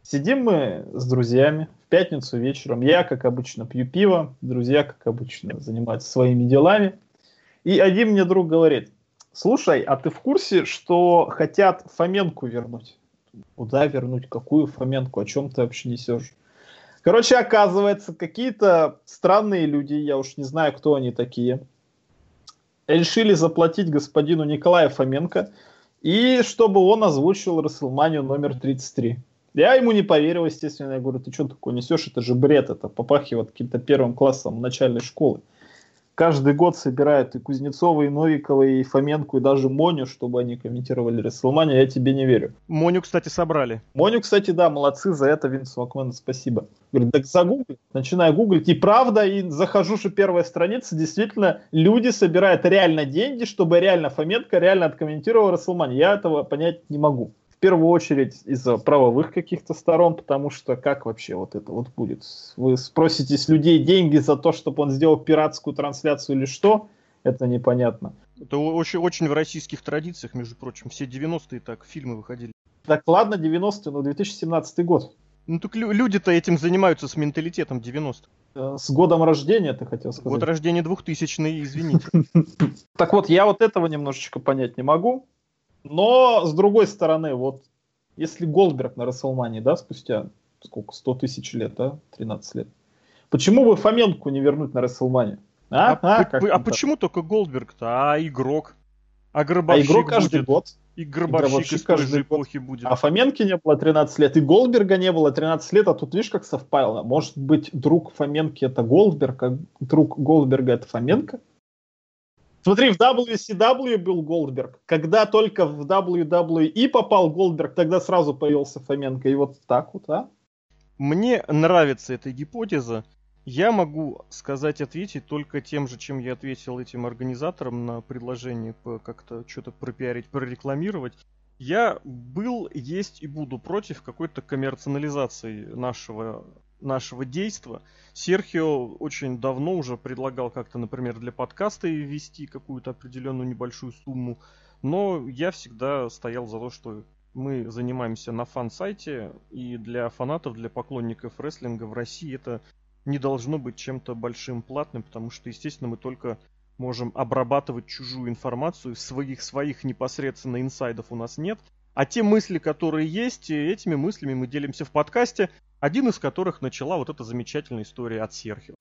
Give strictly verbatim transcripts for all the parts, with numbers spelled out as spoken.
Сидим мы с друзьями в пятницу вечером. Я, как обычно, пью пиво. Друзья, как обычно, занимаются своими делами. И один мне друг говорит: слушай, а ты в курсе, что хотят Фоменку вернуть? Куда вернуть? Какую Фоменку? О чем ты вообще несешь? Короче, оказывается, какие-то странные люди, я уж не знаю, кто они такие, решили заплатить господину Николаю Фоменко, и чтобы он озвучил WrestleMania номер тридцать три. Я ему не поверил, естественно. Я говорю: ты что такое несешь? Это же бред, это попахивает каким-то первым классом начальной школы. Каждый год собирают и Кузнецова, и Новикова, и Фоменку, и даже Моню, чтобы они комментировали WrestleMania. Я тебе не верю. Моню, кстати, собрали. Моню, кстати, да, молодцы за это, Винс Макмен, спасибо. Говорит, так загугли. Начинаю гуглить. И правда, и захожу, что первая страница, действительно, люди собирают реально деньги, чтобы реально Фоменко реально откомментировал WrestleMania. Я этого понять не могу. В первую очередь из-за правовых каких-то сторон, потому что как вообще вот это вот будет? Вы спросите с людей деньги за то, чтобы он сделал пиратскую трансляцию или что? Это непонятно. Это очень, очень в российских традициях, между прочим. Все девяностые так фильмы выходили. Так ладно, девяностые, но две тысячи семнадцатый год. Ну так люди-то этим занимаются с менталитетом девяностых. С годом рождения, ты хотел сказать? Год рождения двухтысячный, извините. Так вот, я вот этого немножечко понять не могу. Но, с другой стороны, вот, если Голдберг на WrestleMania, да, спустя, сколько, сто тысяч лет, да, тринадцать лет, почему бы Фоменку не вернуть на WrestleMania? А, а, а, по- а почему только Голдберг-то? А игрок? А гробовщик а игрок каждый будет? год. И гробовщик, и гробовщик из той же эпохи год. Будет. А Фоменки не было тринадцать лет, и Голдберга не было тринадцать лет, а тут видишь, как совпало. Может быть, друг Фоменки это Голдберг, а друг Голдберга это Фоменко? Смотри, в дабл ю си дабл ю был Голдберг. Когда только в дабл ю дабл ю и попал Голдберг, тогда сразу появился Фоменко. И вот так вот, а? Мне нравится эта гипотеза. Я могу сказать, ответить только тем же, чем я ответил этим организаторам на предложение как-то что-то пропиарить, прорекламировать. Я был, есть и буду против какой-то коммерциализации нашего, нашего действа. Серхио очень давно уже предлагал как-то, например, для подкаста ввести какую-то определенную небольшую сумму. Но я всегда стоял за то, что мы занимаемся на фан-сайте, и для фанатов, для поклонников рестлинга в России это не должно быть чем-то большим платным, потому что, естественно, мы только можем обрабатывать чужую информацию, своих своих непосредственно инсайдов у нас нет. А те мысли, которые есть, этими мыслями мы делимся в подкасте, один из которых начала вот эта замечательная история от Серхио.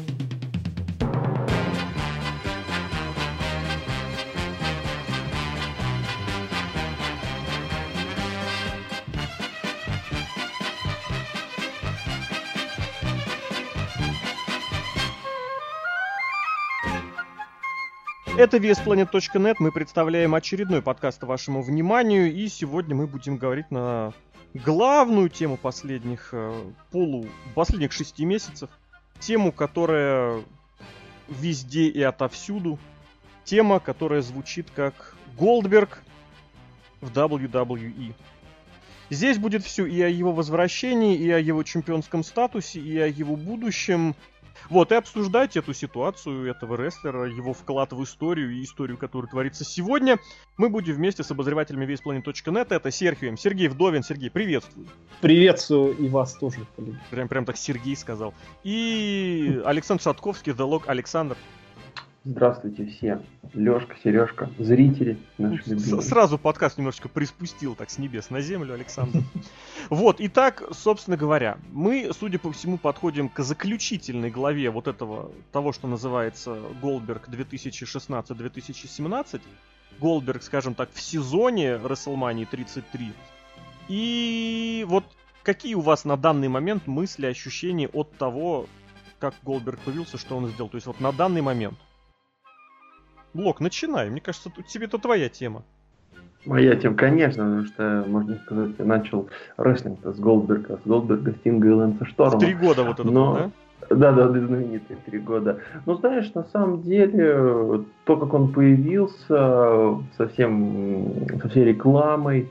Это ви эс планет точка нет, мы представляем очередной подкаст вашему вниманию, и сегодня мы будем говорить на главную тему последних э, полу, последних шести месяцев, тему, которая везде и отовсюду, тема, которая звучит как Голдберг в дабл ю дабл ю и. Здесь будет все и о его возвращении, и о его чемпионском статусе, и о его будущем. Вот, и обсуждать эту ситуацию этого рестлера, его вклад в историю и историю, которая творится сегодня, мы будем вместе с обозревателями ви эс планет точка нет. Это Серхио, Сергей Вдовин. Сергей, приветствую. Приветствую и вас тоже, коллеги. Прям, прям так Сергей сказал. И Александр Шатковский, The Log. Александр. Здравствуйте все. Лёшка, Сережка, зрители наши любимые. Сразу подкаст немножечко приспустил так с небес на землю, Александр. Вот, итак, собственно говоря, мы, судя по всему, подходим к заключительной главе вот этого, того, что называется Голдберг две тысячи шестнадцать - две тысячи семнадцать. Голдберг, скажем так, в сезоне WrestleMania тридцать три. И вот какие у вас на данный момент мысли, ощущения от того, как Голдберг появился, что он сделал? То есть вот на данный момент. Блок, начинай. Мне кажется, тут тебе это твоя тема. Моя тема, конечно, потому что, можно сказать, я начал рестлинг с Голдберга, с Голдберга, Стинга и Лэнса Шторма. В три года вот это, Но... да? Да, да, знаменитые три года. Но знаешь, на самом деле, то, как он появился со, всем, со всей рекламой,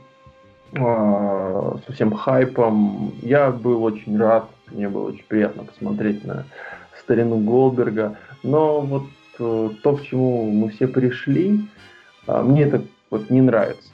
со всем хайпом, я был очень рад, мне было очень приятно посмотреть на старину Голдберга. Но вот то, к чему мы все пришли, мне это вот не нравится. То есть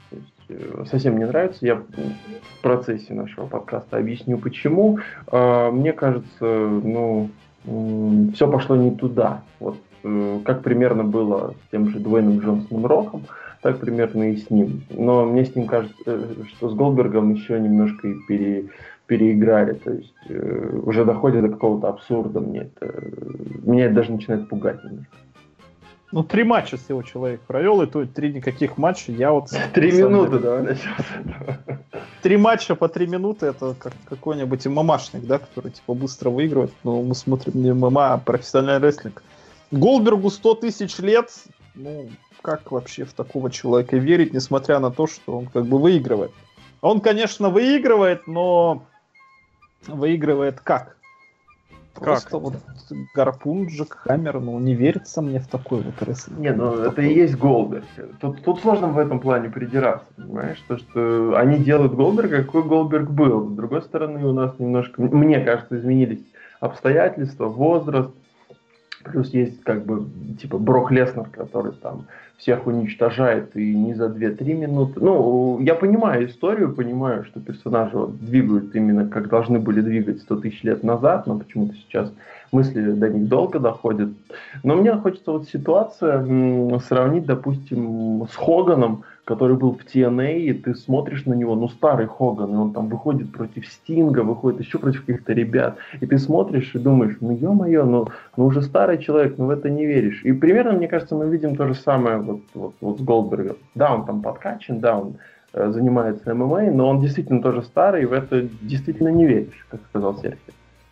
совсем не нравится. Я в процессе нашего подкаста объясню, почему. Мне кажется, ну, все пошло не туда. Вот как примерно было с тем же Дуэйном Джонсоном Роком, так примерно и с ним. Но мне с ним кажется, что с Голдбергом еще немножко и пере, переиграли. То есть э, уже доходит до какого-то абсурда. Мне это, меня это даже начинает пугать немножко. Ну, три матча всего человек провел, и то три никаких матча. Я вот... Три минуты, давай начнем с этого. Три матча по три минуты, это как какой-нибудь ММАшник, да, который типа быстро выигрывает. Но мы смотрим не ММА, а профессиональный рестлинг. Голдбергу сто тысяч лет, ну, как вообще в такого человека верить, несмотря на то, что он как бы выигрывает. Он, конечно, выигрывает, но выигрывает как? Просто как? Вот гарпун, Джек Хаммер, ну, не верится мне в такой вот рестлинг. Не, ну это и есть Голдберг. Тут, тут сложно в этом плане придираться, понимаешь? То, что они делают Голдберга, какой Голдберг был. С другой стороны, у нас немножко, мне кажется, изменились обстоятельства, возраст. Плюс есть как бы типа Брок Леснер, который там всех уничтожает и не за две-три минуты. Ну, я понимаю историю, понимаю, что персонажи вот двигают именно как должны были двигать сто тысяч лет назад, но почему-то сейчас мысли до них долго доходят. Но мне хочется вот ситуация м, сравнить, допустим, с Хоганом, который был в Ти Эн Эй, и ты смотришь на него, ну, старый Хоган, и он там выходит против Стинга, выходит еще против каких-то ребят, и ты смотришь и думаешь, ну, ё-моё, ну, ну уже старый человек, ну, в это не веришь. И примерно, мне кажется, мы видим то же самое вот, вот, вот с Голдбергом. Да, он там подкачан, да, он э, занимается эм эм эй, но он действительно тоже старый, и в это действительно не веришь, как сказал Серхио.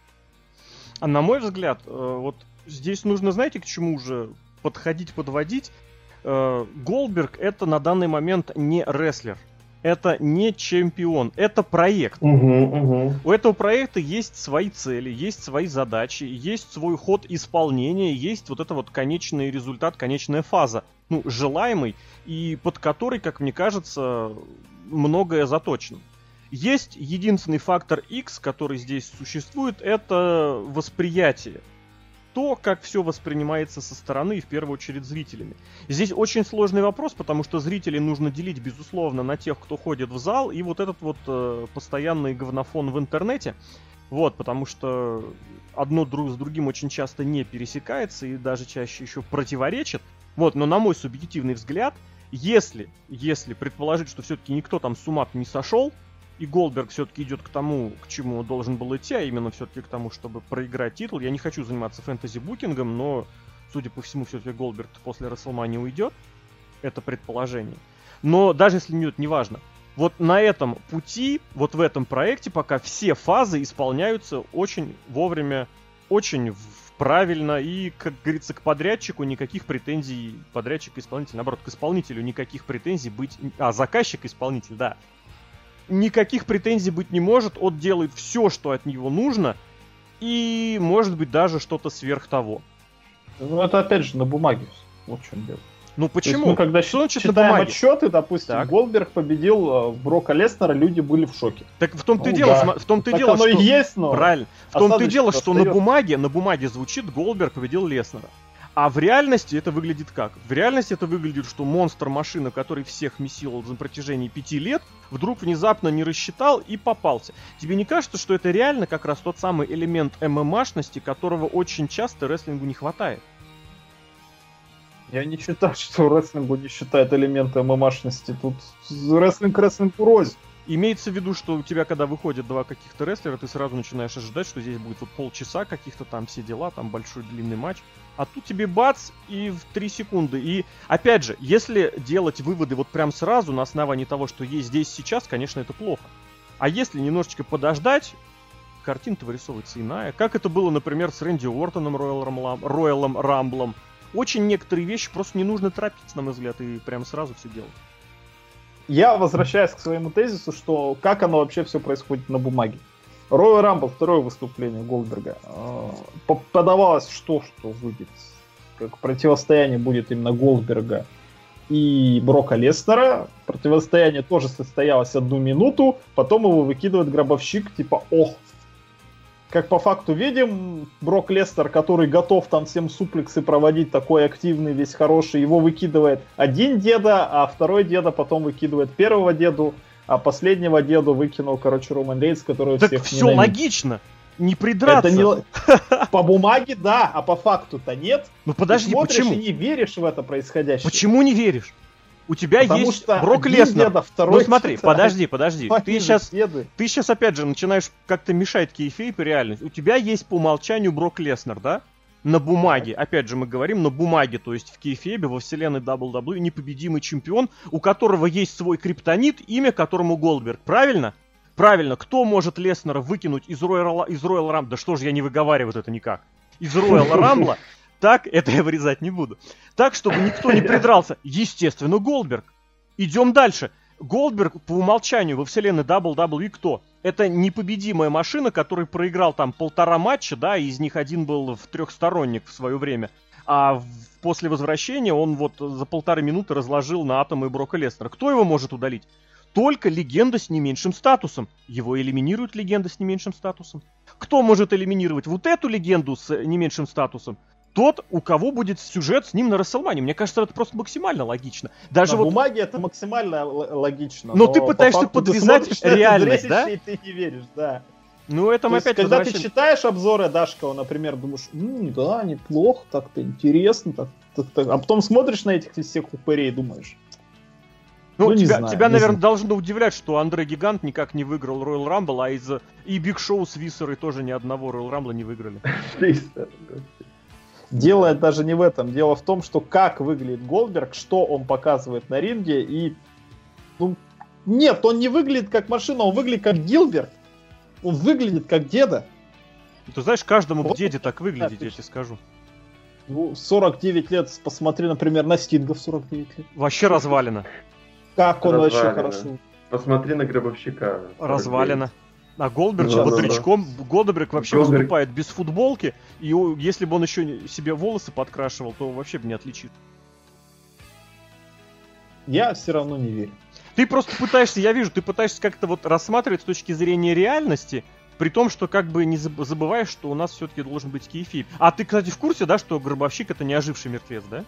А на мой взгляд, э, вот здесь нужно, знаете, к чему уже подходить, подводить? Голдберг это на данный момент не рестлер, это не чемпион, это проект. Угу, угу. У этого проекта есть свои цели, есть свои задачи, есть свой ход исполнения, есть вот это вот конечный результат, конечная фаза, ну, желаемый, и под который, как мне кажется, многое заточено. Есть единственный фактор X, который здесь существует, это восприятие. То, как все воспринимается со стороны и в первую очередь зрителями. Здесь очень сложный вопрос, потому что зрителей нужно делить, безусловно, на тех, кто ходит в зал, и вот этот вот э, постоянный говнофон в интернете. Вот, потому что одно друг с другим очень часто не пересекается и даже чаще еще противоречит. Вот, но на мой субъективный взгляд, если, если предположить, что все-таки никто там с ума не сошел, и Голдберг все-таки идет к тому, к чему он должен был идти, а именно все-таки к тому, чтобы проиграть титул. Я не хочу заниматься фэнтези-букингом, но, судя по всему, все-таки Голдберг после Расселмании уйдет. Это предположение. Но даже если не уйдет, неважно. Вот на этом пути, вот в этом проекте пока все фазы исполняются очень вовремя, очень правильно. И, как говорится, к подрядчику никаких претензий, подрядчик-исполнитель, наоборот, к исполнителю никаких претензий быть... А, заказчик-исполнитель, да. Никаких претензий быть не может, он делает все, что от него нужно, и, может быть, даже что-то сверх того. Ну, это, опять же, на бумаге. Вот в чем дело. Ну, почему? Есть, мы, когда что значит читаем отчеты, допустим, так. Голдберг победил э, Брока Леснера, люди были в шоке. Так в том-то и ну, дело, да. в том-то и так дело, оно что... и есть, но... Правильно. В том-то и дело, что остается. на бумаге, на бумаге звучит Голдберг победил Леснера. А в реальности это выглядит как? В реальности это выглядит, что монстр-машина, который всех месил за протяжении пяти лет, вдруг внезапно не рассчитал и попался. Тебе не кажется, что это реально как раз тот самый элемент ММАшности, которого очень часто рестлингу не хватает? Я не считаю, что рестлингу не считает элементы ММАшности. Тут рестлинг рестлингу рознь. Имеется в виду, что у тебя, когда выходят два каких-то рестлера, ты сразу начинаешь ожидать, что здесь будет вот полчаса каких-то там все дела, там большой длинный матч. А тут тебе бац, и в три секунды. И, опять же, если делать выводы вот прям сразу на основании того, что есть здесь сейчас, конечно, это плохо. А если немножечко подождать, картина-то вырисовывается иная. Как это было, например, с Рэнди Уортоном, Роялом Рамблом. Очень некоторые вещи просто не нужно торопиться, на мой взгляд, и прям сразу все делать. Я возвращаюсь к своему тезису, что как оно вообще все происходит на бумаге. Роял Рамбл, второе выступление Голдберга. Подавалось, что, что выйдет, как противостояние будет именно Голдберга и Брока Леснера. Противостояние тоже состоялось одну минуту, потом его выкидывает гробовщик, типа, ох, как по факту видим, Брок Леснер, который готов там всем суплексы проводить, такой активный, весь хороший, его выкидывает один деда, а второй деда потом выкидывает первого деду, а последнего деду выкинул, короче, Роман Рейнс, который так всех все ненавидит. логично. Не придраться. Это не... По бумаге, да, а по факту-то нет. Ну подожди, Ты смотришь почему? и не веришь в это происходящее. Почему не веришь? У тебя Потому есть что Брок один Леснер. деда, второй Ну смотри, деда, подожди, подожди. Ты они же сейчас, деды. ты сейчас опять же начинаешь как-то мешать кейфейп и реальность. У тебя есть по умолчанию Брок Леснер, да? На бумаге, опять же мы говорим, на бумаге, то есть в кейфейбе, во вселенной дабл ю дабл ю и непобедимый чемпион, у которого есть свой криптонит, имя которому Голдберг, правильно? Правильно, кто может Леснера выкинуть из Роял из Royal Rumble? Да что же я не выговариваю это никак. Из Royal Rumble, так, это я вырезать не буду. Так, чтобы никто не придрался. Естественно, Голдберг. Идем дальше. Голдберг по умолчанию во вселенной дабл ю дабл ю и кто? Это непобедимая машина, который проиграл там полтора матча, да, и из них один был в трехсторонник в свое время. А в, после возвращения он вот за полторы минуты разложил на атомы Брока Леснера. Кто его может удалить? Только легенда с не меньшим статусом. Его элиминирует легенда с не меньшим статусом. Кто может элиминировать вот эту легенду с не меньшим статусом? Тот, у кого будет сюжет с ним на Расселмане. Мне кажется, это просто максимально логично. Даже на вот... бумаге это максимально л- логично. Но, но ты пытаешься по подвязать ты реальность, да? И ты не веришь, да. Ну, это мы опять когда возвращаем... ты читаешь обзоры Дашкова, например, думаешь, м-м, да, неплохо, так-то интересно, так, так, так. А потом смотришь на этих всех упырей и думаешь... Ну, ну тебя, знаю, тебя наверное, знаю. должно удивлять, что Андре Гигант никак не выиграл Royal Rumble, а из и Биг Шоу с Висерой тоже ни одного Royal Rumble не выиграли. Дело даже не в этом. Дело в том, что как выглядит Голдберг, что он показывает на ринге, и... Ну, нет, он не выглядит как машина, он выглядит как Гилберт. Он выглядит как деда. Ты знаешь, каждому Вот. в деде так выглядит, я тебе скажу. Ну, сорок девять лет, посмотри, например, на Стинга в сорок девять лет. Вообще развалено. Как он вообще Развалина. хорошо. Посмотри на Гробовщика. Развалено. А Голдберг Да, да, бодрячком, Голдберг вообще Голдберг- выступает без футболки, и о- если бы он еще себе волосы подкрашивал, то вообще бы не отличит. Я все равно не верю. Ты просто пытаешься, я вижу, ты пытаешься как-то вот рассматривать с точки зрения реальности, при том, что как бы не заб- забываешь, что у нас все-таки должен быть кейфейп. А ты, кстати, в курсе, да, что Гробовщик это не оживший мертвец, да?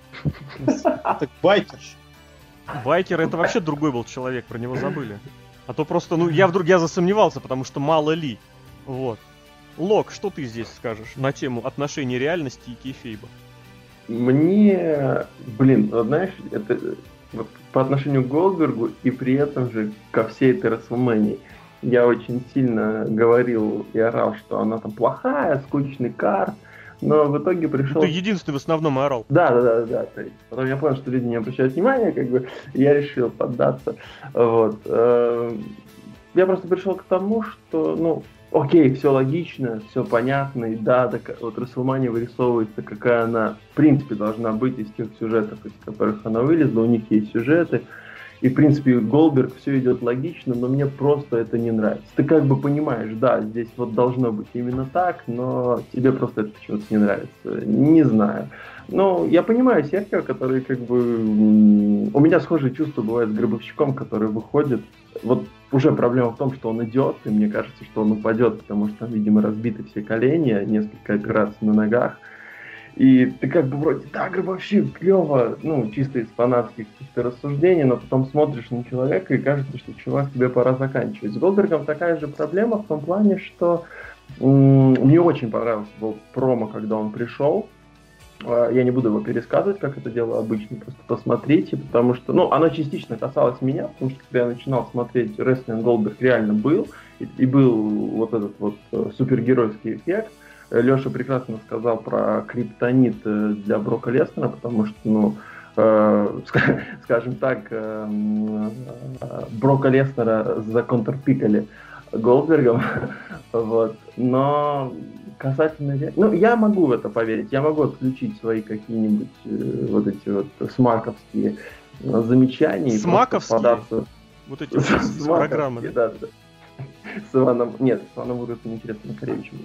Так байкерш. Байкер это вообще другой был человек, про него забыли. А то просто, ну, я вдруг я засомневался, потому что мало ли. Вот. Лок, что ты здесь скажешь на тему отношений реальности и кейфейба? Мне, блин, вот знаешь, это вот по отношению к Голдбергу и при этом же ко всей этой Расселмании. Я очень сильно говорил и орал, что она там плохая, скучный карт, но в итоге пришел... Ты единственный в основном и орал. Да, да, да, да. То есть, потом я понял, что люди не обращают внимания, как бы, и я решил поддаться. Вот. Э, Я просто пришел к тому, что, ну, окей, все логично, все понятно, и да, так, вот Расселмания вырисовывается, какая она, в принципе, должна быть из тех сюжетов, из которых она вылезла, у них есть сюжеты. И, в принципе, Голдберг все идет логично, но мне просто это не нравится. Ты как бы понимаешь, да, здесь вот должно быть именно так, но тебе просто это почему-то не нравится. Не знаю. Но я понимаю Серхио, который как бы... м, У меня схожие чувства бывают с Гробовщиком, который выходит. Вот уже проблема в том, что он идет, и мне кажется, что он упадет, потому что там, видимо, разбиты все колени, несколько операций на ногах. И ты как бы вроде, да, Гробовщик, клево, ну, чисто из фанатских каких-то рассуждений, но потом смотришь на человека и кажется, что, чувак, тебе пора заканчивать. С Голдбергом такая же проблема в том плане, что м- мне очень понравился был промо, когда он пришел. А, Я не буду его пересказывать, как это делаю обычно, просто посмотрите, потому что, ну, оно частично касалось меня, потому что когда я начинал смотреть рестлинг, Голдберг реально был, и, и был вот этот вот э, супергеройский эффект. Леша прекрасно сказал про криптонит э, для Брока Леснера, потому что, ну, э, ска- скажем так, э, э, Брока Леснера законтрпикали Голдбергом, вот, но касательно... ре- Ну, я могу в это поверить, я могу отключить свои какие-нибудь э, вот эти вот смаковские э, замечания. и просто Смаковские? податься- Вот эти вот с- с программы. Смаковские, да, да. С Иваном... Нет, с Иваном Урусом интересно, Макаревичем лучше.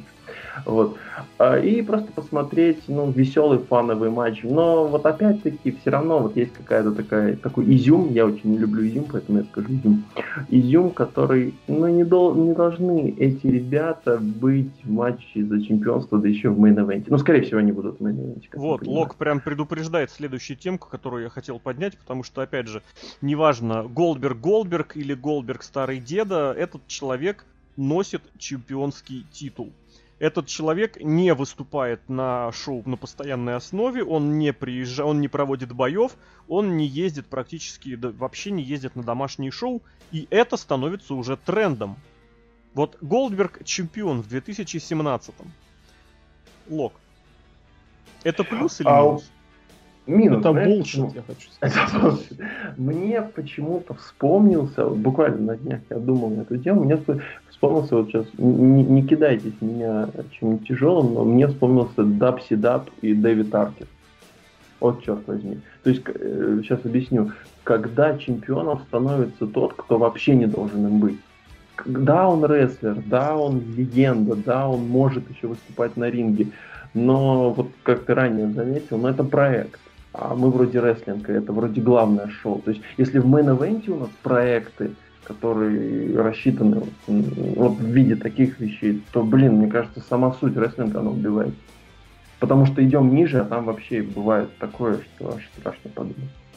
Вот. И просто посмотреть, ну, веселый фановый матч. Но вот опять-таки все равно вот есть какая-то такая, такой изюм, я очень не люблю изюм, поэтому я скажу изюм. Изюм, который, ну, не, дол- не должны эти ребята быть в матче за чемпионство, да еще в мейн-эвенте. Ну, скорее всего, они будут в мейн-эвенте. Вот, Лок прям предупреждает следующую темку, которую я хотел поднять, потому что, опять же, неважно, Голдберг-Голдберг или Голдберг-старый деда, этот человек носит чемпионский титул. Этот человек не выступает на шоу на постоянной основе, он не приезжает, он не проводит боев, он не ездит практически, да, вообще не ездит на домашние шоу, и это становится уже трендом. Вот Голдберг чемпион в две тысячи семнадцатом. Лок. Это плюс или а, минус? Минус. Это знаешь, булшит, почему? я хочу сказать. Мне почему-то вспомнился, буквально на днях я думал на эту тему, мне вспомнился вот сейчас, не, не кидайтесь меня чем-нибудь тяжелым, но мне вспомнился Даб Сидаб и Дэвид Аркер. Вот черт возьми. То есть, сейчас объясню, когда чемпионом становится тот, кто вообще не должен им быть. Да, он рестлер, да, он легенда, да, он может еще выступать на ринге, но вот как ты ранее заметил, ну это проект. А мы вроде рестлинг, это вроде главное шоу. То есть, если в мейн-эвенте у нас проекты, которые рассчитаны вот, вот в виде таких вещей, то, блин, мне кажется, сама суть рестлинга, она убивает. Потому что идем ниже, а там вообще бывает такое, что аж страшно подумать.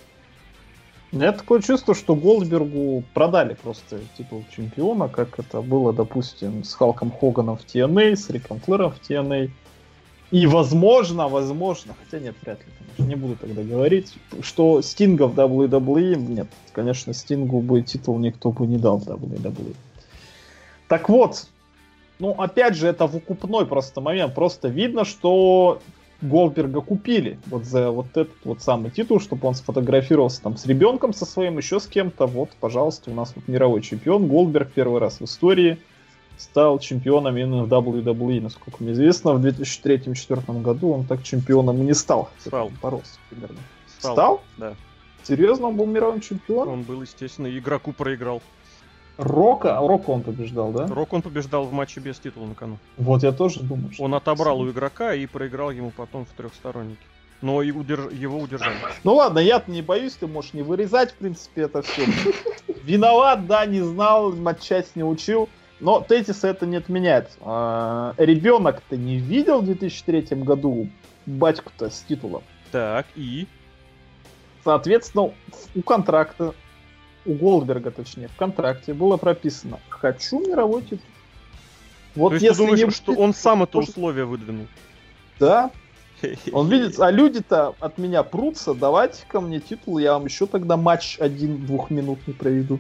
У меня такое чувство, что Голдбергу продали просто титул чемпиона, как это было, допустим, с Халком Хоганом в Ти Эн Эй, с Риком Флэром в Ти Эн Эй. И возможно, возможно, хотя нет, вряд ли, конечно, не буду тогда говорить, что Стинга в дабл ю дабл ю И, нет, конечно, Стингу бы титул никто бы не дал в дабл ю дабл ю И. Так вот, ну, опять же, это выкупной просто момент, просто видно, что Голдберга купили вот за вот этот вот самый титул, чтобы он сфотографировался там с ребенком со своим, еще с кем-то, вот, пожалуйста, у нас вот мировой чемпион, Голдберг первый раз в истории стал чемпионом именно в дабл ю дабл ю И. Насколько мне известно, в две тысячи третьем-две тысячи четвёртом году он так чемпионом и не стал. Стал. Порос примерно. Стал? Стал? Да. Серьезно, он был мировым чемпионом? Он был, естественно, игроку проиграл. Рока? А Рока он побеждал, да? Рок он побеждал в матче без титула на кону. Вот я тоже думаю. Что он отобрал у игрока и проиграл ему потом в трехстороннике. Но и удерж... его удержали. Ну ладно, я-то не боюсь, ты можешь не вырезать, в принципе, это все. Виноват, да, не знал, матчасть не учил. Но тезис это не отменяет. А, ребенок-то не видел в две тысячи третьем году батьку-то с титулом. Так, и? Соответственно, у контракта, у Голдберга, точнее, в контракте было прописано: хочу мировой титул. Вот. То есть если ты думаешь, не... что он сам это условие выдвинул? Да. Он видит, а люди-то от меня прутся, давайте ко мне титул, я вам еще тогда матч один двухминутный проведу.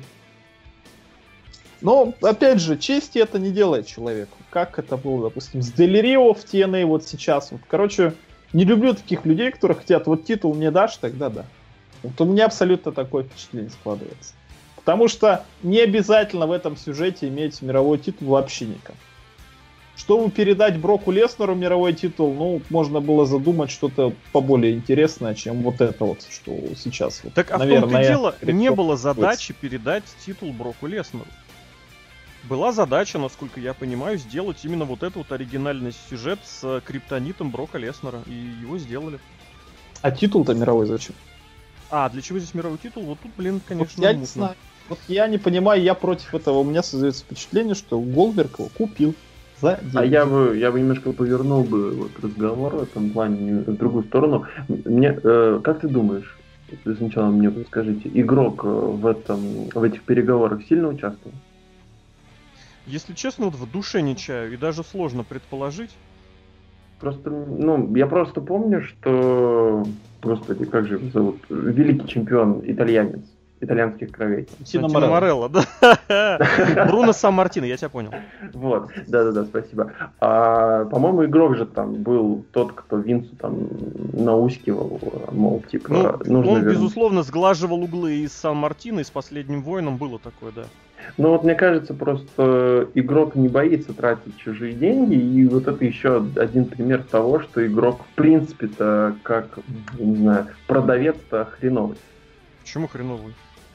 Но, опять же, чести это не делает человеку. Как это было, допустим, с Дель Рио в Ти Эн Эй вот сейчас. Вот, короче, не люблю таких людей, которые хотят, вот титул мне дашь, тогда да. Вот у меня абсолютно такое впечатление складывается. Потому что не обязательно в этом сюжете иметь мировой титул вообще никак. Чтобы передать Броку Леснеру мировой титул, ну, можно было задумать что-то поболее интересное, чем вот это вот, что сейчас. Вот, так, а наверное, в том-то и дело, не было будет. задачи передать титул Броку Леснеру. Была задача, насколько я понимаю, сделать именно вот этот вот оригинальный сюжет с криптонитом Брока Леснера, и его сделали. А титул-то мировой зачем? А, для чего здесь мировой титул? Вот тут, блин, конечно, вот я мутно. не знаю. Вот я не понимаю, я против этого. У меня создается впечатление, что Голдберг его купил за деньги. А я бы, я бы немножко повернул бы вот разговор в этом плане в другую сторону. Мне, э, как ты думаешь, если сначала мне скажите, игрок в этом, в этих переговорах сильно участвовал? Если честно, вот в душе не чаю, и даже сложно предположить. Просто, ну, я просто помню, что, господи, как же его зовут, великий чемпион, итальянец, итальянских кровей. Тино Морелло, да. Бруно Сан-Мартино, я тебя понял. Вот, да-да-да, спасибо. А, по-моему, игрок же там был тот, кто Винсу там наускивал, мол, типа, ну, нужно он, вернуть. безусловно, сглаживал углы из Сан-Мартино, и с Последним воином было такое, да. Ну вот мне кажется, просто игрок не боится тратить чужие деньги, и вот это еще один пример того, что игрок в принципе-то как, я не знаю, продавец-то хреновый. Почему хреновый?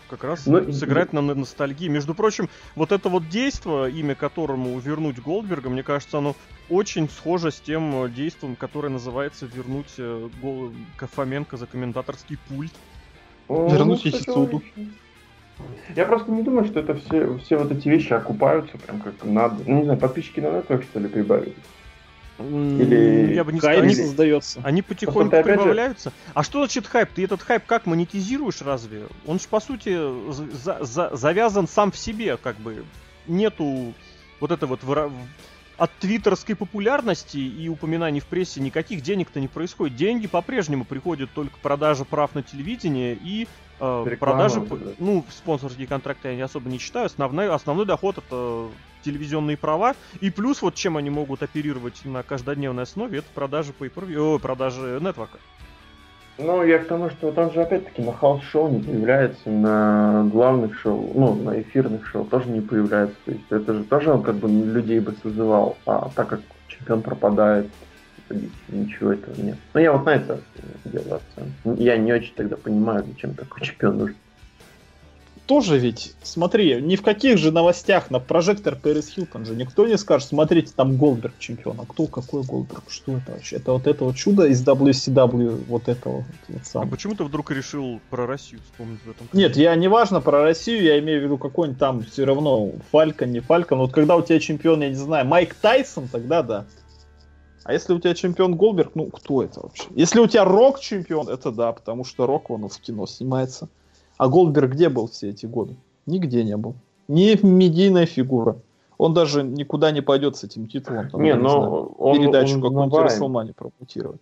Как раз Ну, сыграть на ностальгии. Между прочим, вот это вот действо, имя которому вернуть Голдберга, мне кажется, оно очень схоже с тем действом, которое называется вернуть Гол... Фоменко за комментаторский пульт. О, Вернуть ну, их кстати, отсюда. логично. Я просто не думаю, что это все, все вот эти вещи окупаются прям как надо. Ну, не знаю, подписчики на Netflix, что ли, прибавили? Или Я бы не Хайп сказал. Они, создается. они потихоньку Просто, опять же- прибавляются. А что значит хайп? Ты этот хайп как монетизируешь разве? Он же, по сути, за- за- завязан сам в себе, как бы. Нету вот это вот выра- от твиттерской популярности и упоминаний в прессе никаких денег-то не происходит. Деньги по-прежнему приходят только продажа прав на телевидение и э, Реклама продажа, вот это. ну, спонсорские контракты я не особо не считаю. Основной, основной доход это телевизионные права. И плюс вот чем они могут оперировать на каждодневной основе, это продажи pay-per-view, о, продажи нетворка. Ну, я к тому, что вот он же опять-таки на хаус-шоу не появляется, на главных шоу, ну, на эфирных шоу тоже не появляется. То есть это же тоже он как бы людей бы созывал, а так как чемпион пропадает, ничего этого нет. Ну, я вот на это делаю акцент. Я не очень тогда понимаю, зачем такой чемпион нужен. Тоже ведь, смотри, ни в каких же новостях на прожектор Пэрис Хилтон же никто не скажет, смотрите, там Голдберг чемпион. А кто, какой Голдберг? Что это вообще? Это вот это вот чудо из дабл ю си дабл ю, вот этого вот, вот А самого. почему ты вдруг решил про Россию вспомнить в этом? Нет, я не важно про Россию, я имею в виду какой-нибудь там все равно Фалькон, не Фалькон. Вот когда у тебя чемпион, я не знаю, Майк Тайсон, тогда да. А если у тебя чемпион Голдберг, ну кто это вообще? Если у тебя Рок чемпион, это да, потому что Рок, он в кино снимается. А Голдберг где был все эти годы? Нигде не был. Не медийная фигура. Он даже никуда не пойдет с этим титулом. Там, Не, я но знаю, он, передачу он какую-нибудь узнаваем. Расселмани промутировать.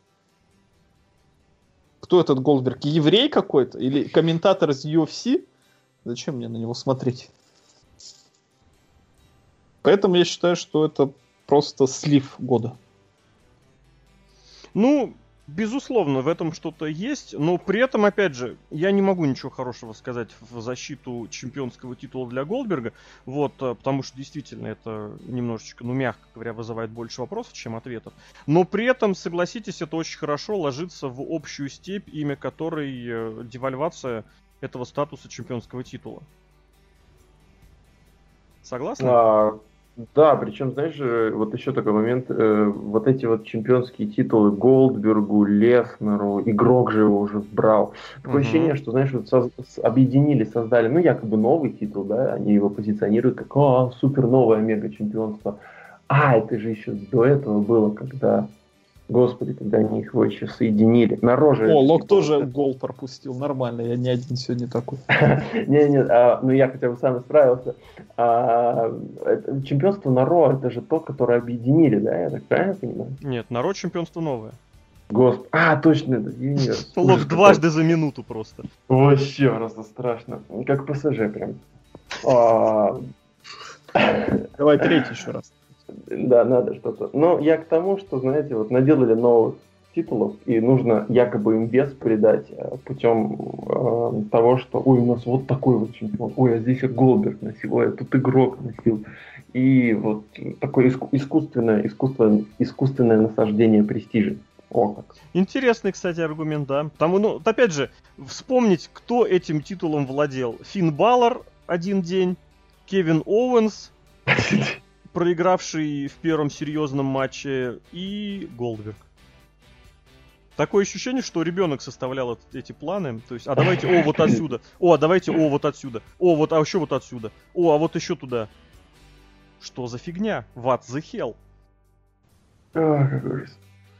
Кто этот Голдберг? Еврей какой-то? Или комментатор из ю эф си? Зачем мне на него смотреть? Поэтому я считаю, что это просто слив года. Ну, безусловно, в этом что-то есть, но при этом, опять же, я не могу ничего хорошего сказать в защиту чемпионского титула для Голдберга, вот, потому что действительно это немножечко, ну, мягко говоря, вызывает больше вопросов, чем ответов. Но при этом, согласитесь, это очень хорошо ложится в общую степь, имя которой э, девальвация этого статуса чемпионского титула. Согласны? А, да, причем, знаешь, э, вот еще такой момент, э, вот эти вот чемпионские титулы Голдбергу, Леснеру, игрок же его уже брал. Такое Мгм. ощущение, что, знаешь, вот соз- с- объединили, создали, ну, якобы новый титул, да, они его позиционируют как, о, супер новое мега-чемпионство. А, это же еще до этого было, когда, господи, когда они их его еще соединили. На роже. О, это, Лок типа, тоже вот гол пропустил. Нормально, я не один сегодня такой. Не, не, а, ну я хотя бы сам справился. А, это- чемпионство на Ро, это же то, которое объединили, да, я так правильно понимаю? Нет, народ чемпионство новое. Господи, а, точно, это Юниверс. Лок Ужас дважды за минуту просто. какой. Вообще просто страшно. Как ПСЖ прям. А, Давай третий еще раз. Да, надо что-то. Но я к тому, что, знаете, вот наделали новых титулов, и нужно якобы им вес придать э, путем э, того, что ой, у нас вот такой вот чемпион, ой, а здесь и Голдберг носил, ой, а тут игрок носил. И вот такое иску- искусственное, искусственное, искусственное насаждение престижа. О, как. Интересный, кстати, аргумент, да. Там, ну, опять же, вспомнить, кто этим титулом владел. Финн Балор один день, Кевин Оуэнс, проигравший в первом серьезном матче, и Голдберг. Такое ощущение, что ребенок составлял эт- эти планы. То есть, а давайте, о, вот отсюда. О, а давайте, о, вот отсюда. О, вот, а еще вот отсюда. О, а вот еще туда. Что за фигня? What the hell? А, какой ужас.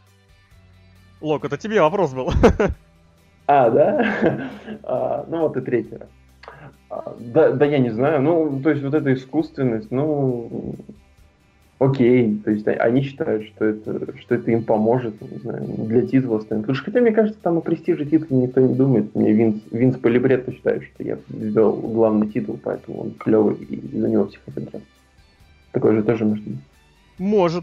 Лок, это тебе вопрос был. А, да? А, ну вот и третий раз. А, да, да я не знаю, ну, то есть вот эта искусственность, ну, окей, то есть они считают, что это, что это им поможет, не знаю, для титула станет. Потому что, хотя, мне кажется, там о престиже титула никто не думает. Мне Винс, Винс по либретто считает, что я ввел главный титул, поэтому он клевый, и за него все хотят драться. Такое же тоже может быть. Может.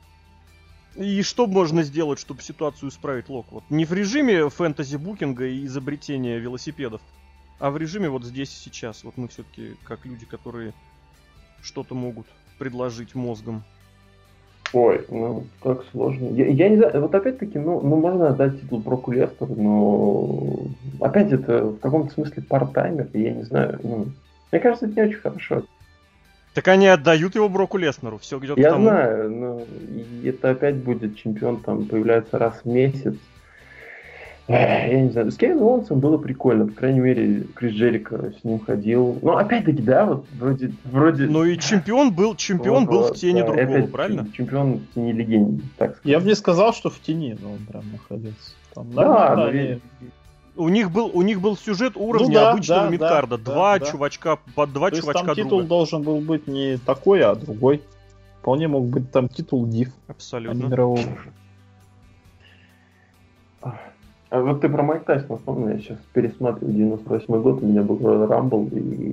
И что можно сделать, чтобы ситуацию исправить, Лок? Вот не в режиме фэнтези-букинга и изобретения велосипедов, а в режиме вот здесь и сейчас. Вот мы все-таки как люди, которые что-то могут предложить мозгом. Ой, ну как сложно. Я, я не знаю, вот опять-таки, ну, ну можно отдать титул Броку Лестеру, но опять это в каком-то смысле парт-таймер, я не знаю. Ну, мне кажется, это не очень хорошо. Так они отдают его Броку Леснеру, все идет Я к тому. знаю, но это опять будет чемпион, там появляется раз в месяц. Я не знаю, с Кевином Оуэнсом было прикольно, по крайней мере, Крис Джерико с ним ходил. Но опять-таки, да, вот вроде... вроде... Ну и чемпион был, чемпион Вот, был вот, в тени да, другого, опять правильно? Чемпион в тени легенды, так сказать. Я бы не сказал, что в тени, но он прям находился. Там, Да, нормально но они- ведь- У них был, у них был сюжет уровня Ну да, обычного да, мидкарда. да, Два да, да. чувачка, по два То есть чувачка там титул друга. должен был быть не такой, а другой. Вполне мог быть там титул Див, а не Абсолютно. мирового. А вот ты про Майк Тайсона вспомнил, я сейчас пересматриваю девяносто восьмой год, у меня был Royal Rumble,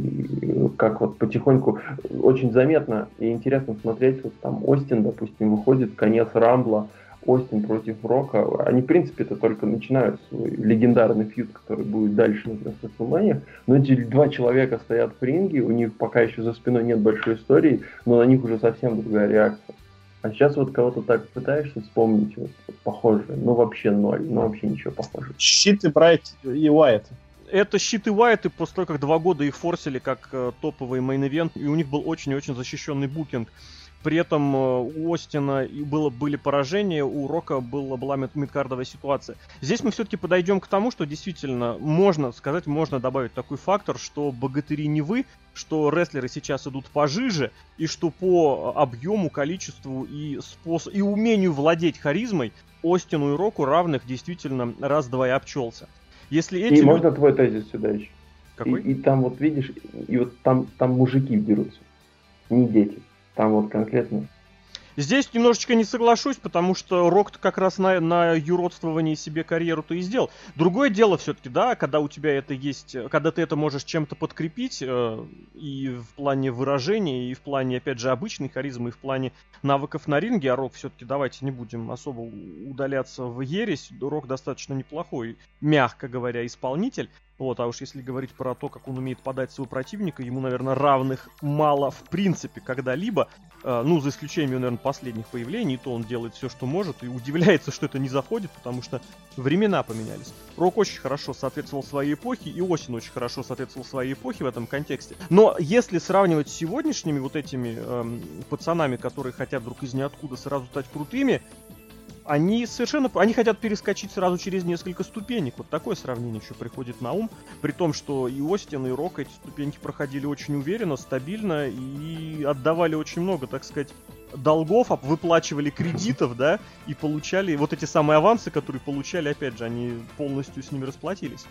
и как вот потихоньку очень заметно и интересно смотреть, вот там Остин, допустим, выходит, конец Рамбла, Остин против Рока, они, в принципе, это только начинают свой легендарный фьюд, который будет дальше на WrestleMania, но эти два человека стоят в ринге, у них пока еще за спиной нет большой истории, но на них уже совсем другая реакция. А сейчас вот кого-то так пытаешься вспомнить, вот, похожее, ну вообще ноль, ну вообще ничего похожего. Щит и Брайт и Уайт. Это щиты Уайты после того, как два года их форсили как э, топовый мейн-ивент, и у них был очень-очень защищенный букинг. При этом э, у Остина и было, были поражения, у Рока была, была мид- мидкардовая ситуация. Здесь мы все-таки подойдем к тому, что действительно можно сказать, можно добавить такой фактор, что богатыри не вы, что рестлеры сейчас идут пожиже, и что по объему, количеству и, спос... и умению владеть харизмой Остину и Року равных действительно раз-два и обчелся. Если эти И люди- можно твой тезис сюда еще? Какой? И, и там вот видишь, и вот там, там мужики дерутся, не дети. Там вот конкретно. Здесь немножечко не соглашусь, потому что Рок как раз на, на юродствовании себе карьеру-то и сделал. Другое дело все-таки, да, когда у тебя это есть, когда ты это можешь чем-то подкрепить, э, и в плане выражения, и в плане, опять же, обычной харизмы, и в плане навыков на ринге, а Рок все-таки, давайте не будем особо удаляться в ересь, Рок достаточно неплохой, мягко говоря, исполнитель. Вот, а уж если говорить про то, как он умеет подать своего противника, ему, наверное, равных мало в принципе когда-либо. Э, ну, за исключением, наверное, последних появлений, то он делает все, что может, и удивляется, что это не заходит, потому что времена поменялись. Рок очень хорошо соответствовал своей эпохе, и Остин очень хорошо соответствовал своей эпохе в этом контексте. Но если сравнивать с сегодняшними вот этими эм, пацанами, которые хотят вдруг из ниоткуда сразу стать крутыми, они совершенно... Они хотят перескочить сразу через несколько ступенек. Вот такое сравнение еще приходит на ум. При том, что и Остин, и Рок эти ступеньки проходили очень уверенно, стабильно и отдавали очень много, так сказать, долгов, выплачивали кредитов, да, и получали вот эти самые авансы, которые получали, опять же, они полностью с ними расплатились.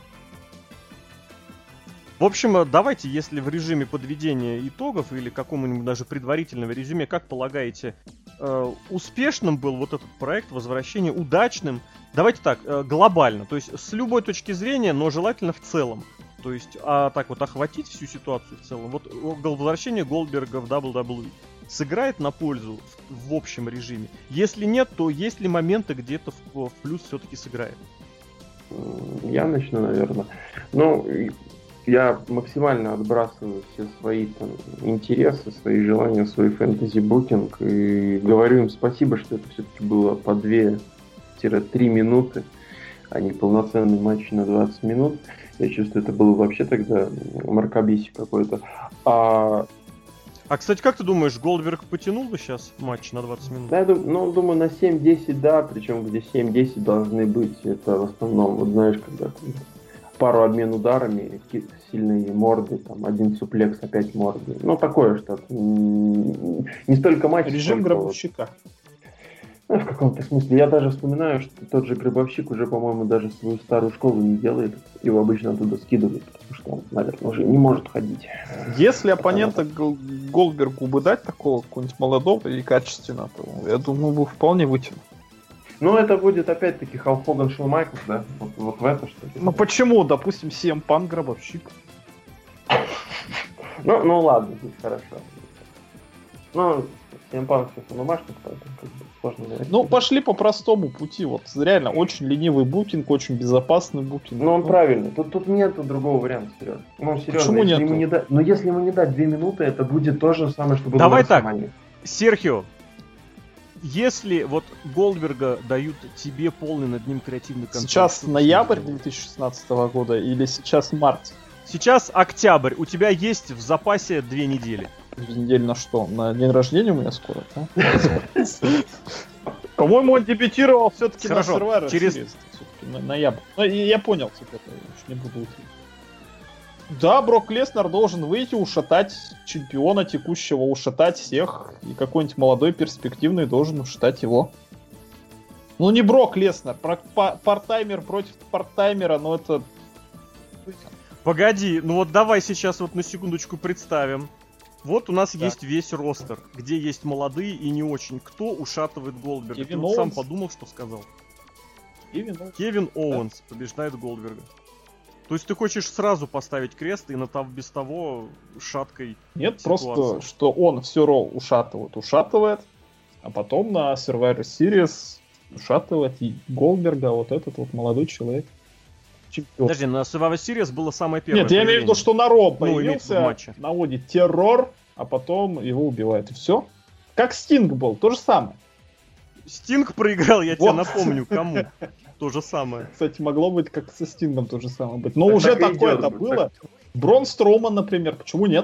В общем, давайте, если в режиме подведения итогов или какому-нибудь даже предварительного резюме, как полагаете, э, успешным был вот этот проект возвращения, удачным? Давайте так, э, глобально, то есть с любой точки зрения, но желательно в целом. То есть, а так вот охватить всю ситуацию в целом. Вот возвращение Голдберга в дабл ю дабл ю и сыграет на пользу в, в общем режиме? Если нет, то есть ли моменты, где это в, в плюс все-таки сыграет? Я начну, наверное. Ну, я максимально отбрасываю все свои там интересы, свои желания, свой фэнтези-букинг и говорю им спасибо, что это все-таки было по две-три минуты, а не полноценный матч на двадцать минут. Я чувствую, это было вообще тогда мракобесие какое-то. А... а, кстати, как ты думаешь, Голдберг потянул бы сейчас матч на двадцать минут? Да, я думаю, ну, думаю, на семь-десять, да, причем где семь-десять должны быть. Это в основном, вот знаешь, когда пару обмен ударами, сильные морды, там, один суплекс, опять морды. Ну, такое что-то. Не столько матч, Режим сколько гробовщика. Ну, в каком-то смысле. Я даже вспоминаю, что тот же гробовщик уже, по-моему, даже свою старую школу не делает. Его обычно оттуда скидывают, потому что он, наверное, уже не может ходить. Если оппонента Гол- Голдбергу бы дать такого какого-нибудь молодого и качественного, то, я думаю, бы вполне вытянул. Ну, это будет опять-таки Халк Хоган, Шон Майклс, да? Вот, вот в это что ли? Ну почему, допустим, си эм Punk гробовщик? Ну, ну ладно, здесь хорошо. Ну, си эм Punk сейчас умашник, поэтому как бы сложно говорить. Ну, пошли по простому пути. Вот реально очень ленивый букинг, очень безопасный букинг. Ну, он правильный. Тут, тут нету другого варианта, Сереж. Ну, серьезно, Почему если нету? ему не дать. Ну, если ему не дать две минуты, это будет то же самое, что было Давай на так. WrestleMania. Серхио, Если вот Голдберга дают тебе полный над ним креативный контроль... Сейчас ноябрь две тысячи шестнадцатого года или сейчас март? Сейчас октябрь. У тебя есть в запасе две недели. Две недели на что? На день рождения у меня скоро, да? По-моему, он дебютировал все-таки на Survivor Series. Ноябрь. Я понял, типа, это не буду уйти. Да, Брок Леснар должен выйти, ушатать чемпиона текущего, ушатать всех. И какой-нибудь молодой, перспективный должен ушатать его. Ну не Брок Леснар, партаймер против партаймера, но это... Погоди, ну вот давай сейчас вот на секундочку представим. Вот у нас да. есть весь ростер, где есть молодые и не очень. Кто ушатывает Голдберга? Кевин Ты вот Оуэнс. сам подумал, что сказал? Кевин Оуэнс, Кевин Оуэнс да. побеждает Голдберга. То есть ты хочешь сразу поставить крест и на там без того шаткой Нет, ситуации. Просто, что он все Ро ушатывает, ушатывает, а потом на Survivor Series ушатывает и Голдберга, вот этот вот молодой человек. Чемпион. Подожди, на Survivor Series было самое первое. Нет, я имею в виду, что на Ро появился, ну, наводит террор, а потом его убивают. И все. Как Стинг был, то же самое. Стинг проиграл, я вот. тебе напомню, кому. То же самое. Кстати, могло быть как со Стингом то же самое быть. Но так уже так такое-то было. Так. Брон Строуман, например, почему нет?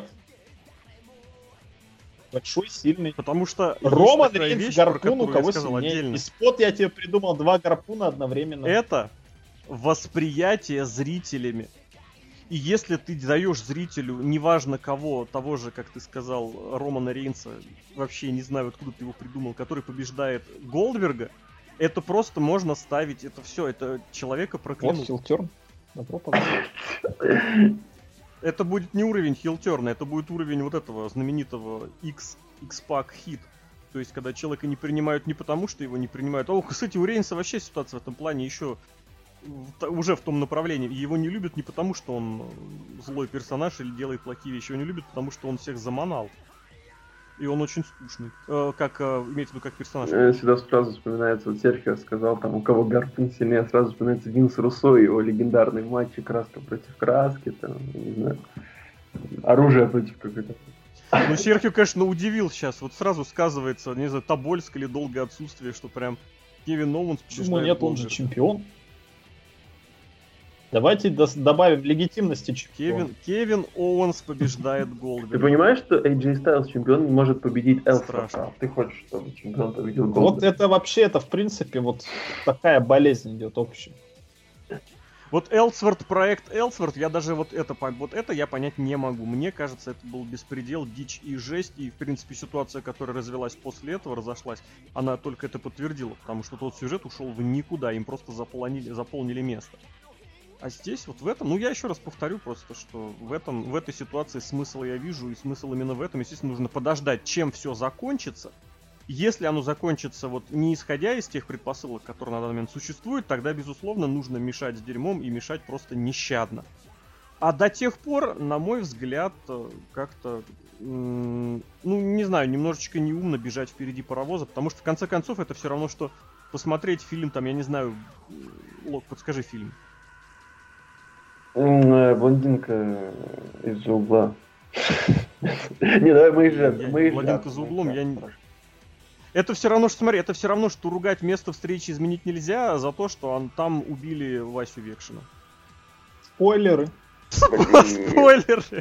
Большой, сильный. Потому что Роман Рейнс, гарпун, у кого сильнее. И спот я тебе придумал, два гарпуна одновременно. Это восприятие зрителями. И если ты даешь зрителю, неважно кого, того же, как ты сказал, Романа Рейнса, вообще не знаю, откуда ты его придумал, который побеждает Голдберга, это просто можно ставить, это все, это человека проклянут. Вот хилтерн. Добро пожаловать. Это будет не уровень хилтерна, это будет уровень вот этого знаменитого X, X-Pac хит. То есть, когда человека не принимают не потому, что его не принимают. О, кстати, у Рейнса вообще ситуация в этом плане еще уже в том направлении. Его не любят не потому, что он злой персонаж или делает плохие вещи. Его не любят, потому что он всех заманал. И он очень скучный. Э, как, э, имеется в виду, как персонаж. Сюда сразу вспоминается, вот Серхио сказал, там, у кого гарпун сильнее, сразу вспоминается Винс Руссо и его легендарный матч краска против краски, там, не знаю, оружие против какой-то. Ну, Серхио, конечно, удивил сейчас. Вот сразу сказывается, не знаю, Тобольск или долгое отсутствие, что прям Кевин Оуэнс побеждает. Почему нет, он же чемпион. Давайте дос- добавим легитимности чемпиона. Кевин, Кевин Оуэнс побеждает Голдберга. Ты понимаешь, что эй джей Styles чемпион не может победить Элсворта? Ты хочешь, чтобы чемпион победил Голдберга? Вот это вообще, это в принципе вот такая болезнь идет общая. Вот Элсворт, проект Элсворт, я даже вот это, вот это я понять не могу. Мне кажется, это был беспредел, дичь и жесть. И, в принципе, ситуация, которая развелась после этого, разошлась, она только это подтвердила. Потому что тот сюжет ушел в никуда, им просто заполнили, заполнили место. А здесь, вот в этом, ну я еще раз повторю просто, что в этом, в этой ситуации смысл я вижу, и смысл именно в этом, естественно, нужно подождать, чем все закончится. Если оно закончится вот не исходя из тех предпосылок, которые на данный момент существуют, тогда, безусловно, нужно мешать с дерьмом и мешать просто нещадно. А до тех пор, на мой взгляд, как-то, м- ну, не знаю, немножечко неумно бежать впереди паровоза, потому что, в конце концов, это все равно, что посмотреть фильм, там, я не знаю, Лок, подскажи фильм. Блондинка из-за угла. Не, давай мы же. Блондинка за углом, я не... Это все равно, что, смотри, это все равно, что ругать место встречи изменить нельзя за то, что он, там убили Васю Векшина. Спойлеры. Спойлеры.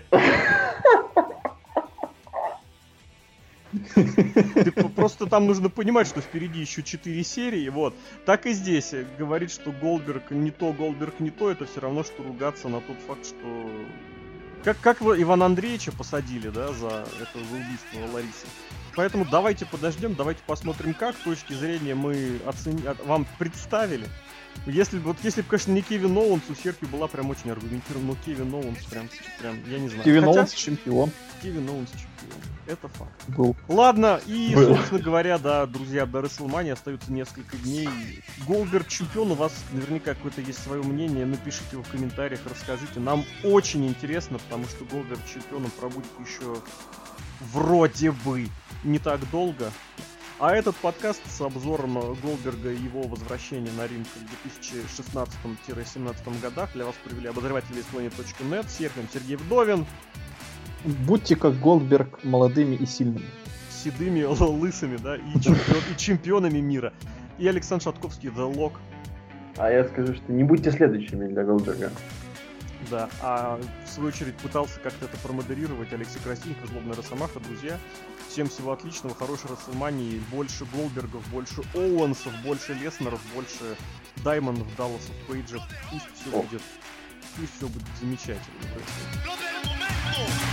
Ты, просто там нужно понимать, что впереди еще четыре серии, вот. Так и здесь. Говорит, что Голдберг не то, Голдберг не то, это все равно, что ругаться на тот факт, что... Как, как Ивана Андреевича посадили, да, за это за убийство Ларисы. Поэтому давайте подождем, давайте посмотрим, как с точки зрения мы оцени... вам представили. Если, вот, если бы, конечно, не Кевин Оуэнс, у Серхио была прям очень аргументирована, но Кевин Оуэнс прям, прям, я не знаю. Кевин Хотя... Оуэнс чемпион. Кевин Оуэнс чемпион. Это факт. Был. Ладно, и, Был. собственно говоря, да, друзья, до WrestleMania остаются несколько дней. Голдберг чемпион, у вас наверняка какое-то есть свое мнение, напишите его в комментариях, расскажите. Нам очень интересно, потому что Голдберг чемпионом пробудет еще вроде бы не так долго. А этот подкаст с обзором Голдберга и его возвращения на ринг в две тысячи шестнадцатом — семнадцатом годах для вас провели обозреватели Wrestlemania точка нет, Серхио Сергей Вдовин. Будьте как Голдберг молодыми и сильными. седыми, лысыми, да, и, чемпион, и чемпионами мира. И Александр Шатковский The Lock. А я скажу, что не будьте следующими для Голдберга. Да, а в свою очередь пытался как-то это промодерировать Алексей Красильников, Злобная Росомаха. Друзья, всем всего отличного, хорошей Расселмании, больше Голдбергов, больше Оуэнсов, больше Леснеров, больше Даймондов, Далласов, Пейджев. Пусть все будет, пусть все будет замечательно.